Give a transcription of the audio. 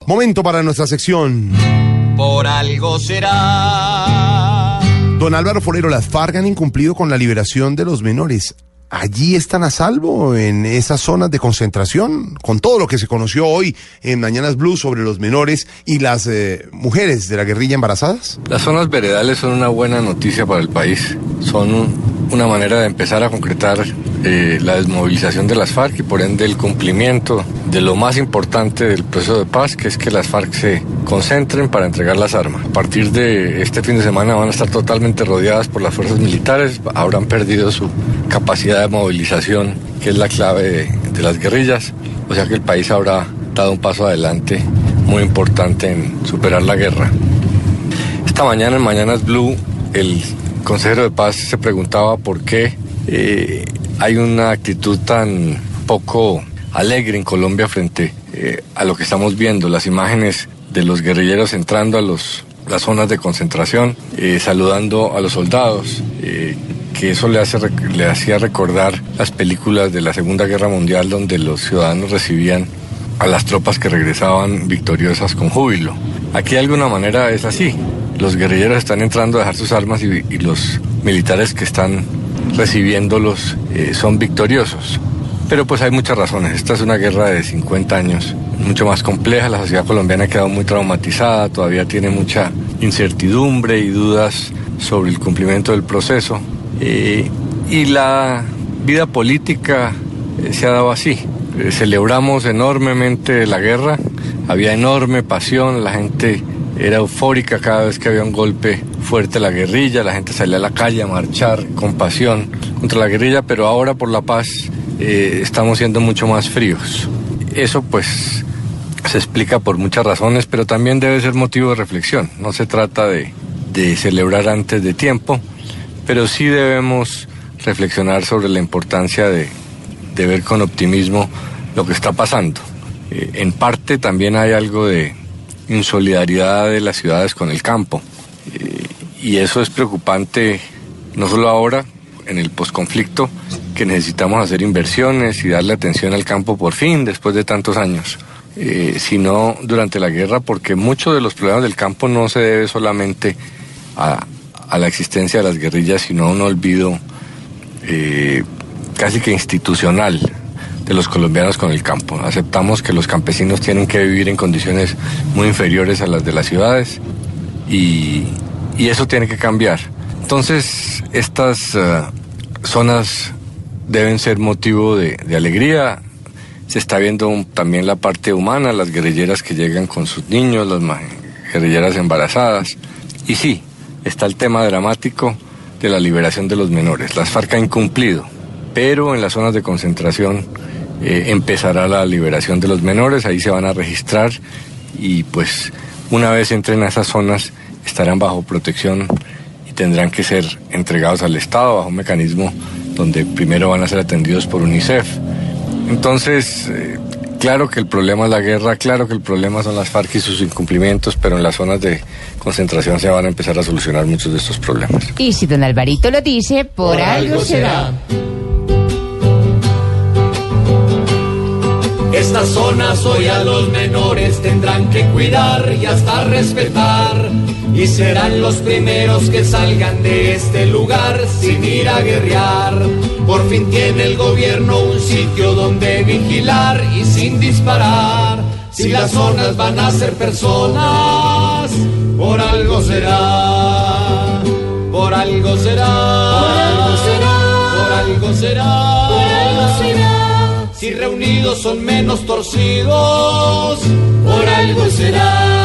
Momento para nuestra sección. Por algo será. Don Álvaro Forero, las FARC han incumplido con la liberación de los menores. ¿Allí están a salvo en esas zonas de concentración? Con todo lo que se conoció hoy en Mañanas Blue sobre los menores y las mujeres de la guerrilla embarazadas. Las zonas veredales son una buena noticia para el país. Son una manera de empezar a concretar la desmovilización de las FARC y por ende el cumplimiento de lo más importante del proceso de paz, que es que las FARC se concentren para entregar las armas. A partir de este fin de semana van a estar totalmente rodeadas por las fuerzas militares, habrán perdido su capacidad de movilización, que es la clave de las guerrillas, o sea que el país habrá dado un paso adelante muy importante en superar la guerra. Esta mañana en Mañanas Blue, el consejero de paz se preguntaba por qué hay una actitud tan poco alegre en Colombia frente a lo que estamos viendo, las imágenes de los guerrilleros entrando a las zonas de concentración, saludando a los soldados, que eso le hacía recordar las películas de la Segunda Guerra Mundial donde los ciudadanos recibían a las tropas que regresaban victoriosas con júbilo. Aquí de alguna manera es así. Los guerrilleros están entrando a dejar sus armas y los militares que están recibiéndolos son victoriosos. Pero pues hay muchas razones. Esta es una guerra de 50 años, mucho más compleja. La sociedad colombiana ha quedado muy traumatizada, todavía tiene mucha incertidumbre y dudas sobre el cumplimiento del proceso. Y la vida política se ha dado así. Celebramos enormemente la guerra, había enorme pasión, la gente era eufórica cada vez que había un golpe fuerte a la guerrilla, la gente salía a la calle a marchar con pasión contra la guerrilla, pero ahora por la paz estamos siendo mucho más fríos. Eso pues se explica por muchas razones, pero también debe ser motivo de reflexión. No se trata de celebrar antes de tiempo, pero sí debemos reflexionar sobre la importancia de ver con optimismo lo que está pasando. En parte también hay algo de insolidaridad de las ciudades con el campo, y eso es preocupante no solo ahora, en el posconflicto, que necesitamos hacer inversiones y darle atención al campo por fin, después de tantos años, sino durante la guerra, porque muchos de los problemas del campo no se debe solamente a la existencia de las guerrillas, sino a un olvido casi que institucional de los colombianos con el campo. Aceptamos que los campesinos tienen que vivir en condiciones muy inferiores a las de las ciudades y eso tiene que cambiar. Entonces, estas zonas deben ser motivo de alegría. Se está viendo también la parte humana, las guerrilleras que llegan con sus niños, las guerrilleras embarazadas. Y sí, está el tema dramático de la liberación de los menores. Las FARC han incumplido, pero en las zonas de concentración empezará la liberación de los menores, ahí se van a registrar y pues una vez entren a esas zonas estarán bajo protección y tendrán que ser entregados al Estado bajo un mecanismo donde primero van a ser atendidos por UNICEF. Entonces, claro que el problema es la guerra, claro que el problema son las FARC y sus incumplimientos, pero en las zonas de concentración se van a empezar a solucionar muchos de estos problemas. Y si don Alvarito lo dice, por algo será. Estas zonas hoy a los menores tendrán que cuidar y hasta respetar, y serán los primeros que salgan de este lugar sin ir a guerrear. Por fin tiene el gobierno un sitio donde vigilar y sin disparar. Si las zonas van a ser personas, por algo será, por algo será, por algo será, por algo será, por algo será. Si reunidos son menos torcidos, por algo será.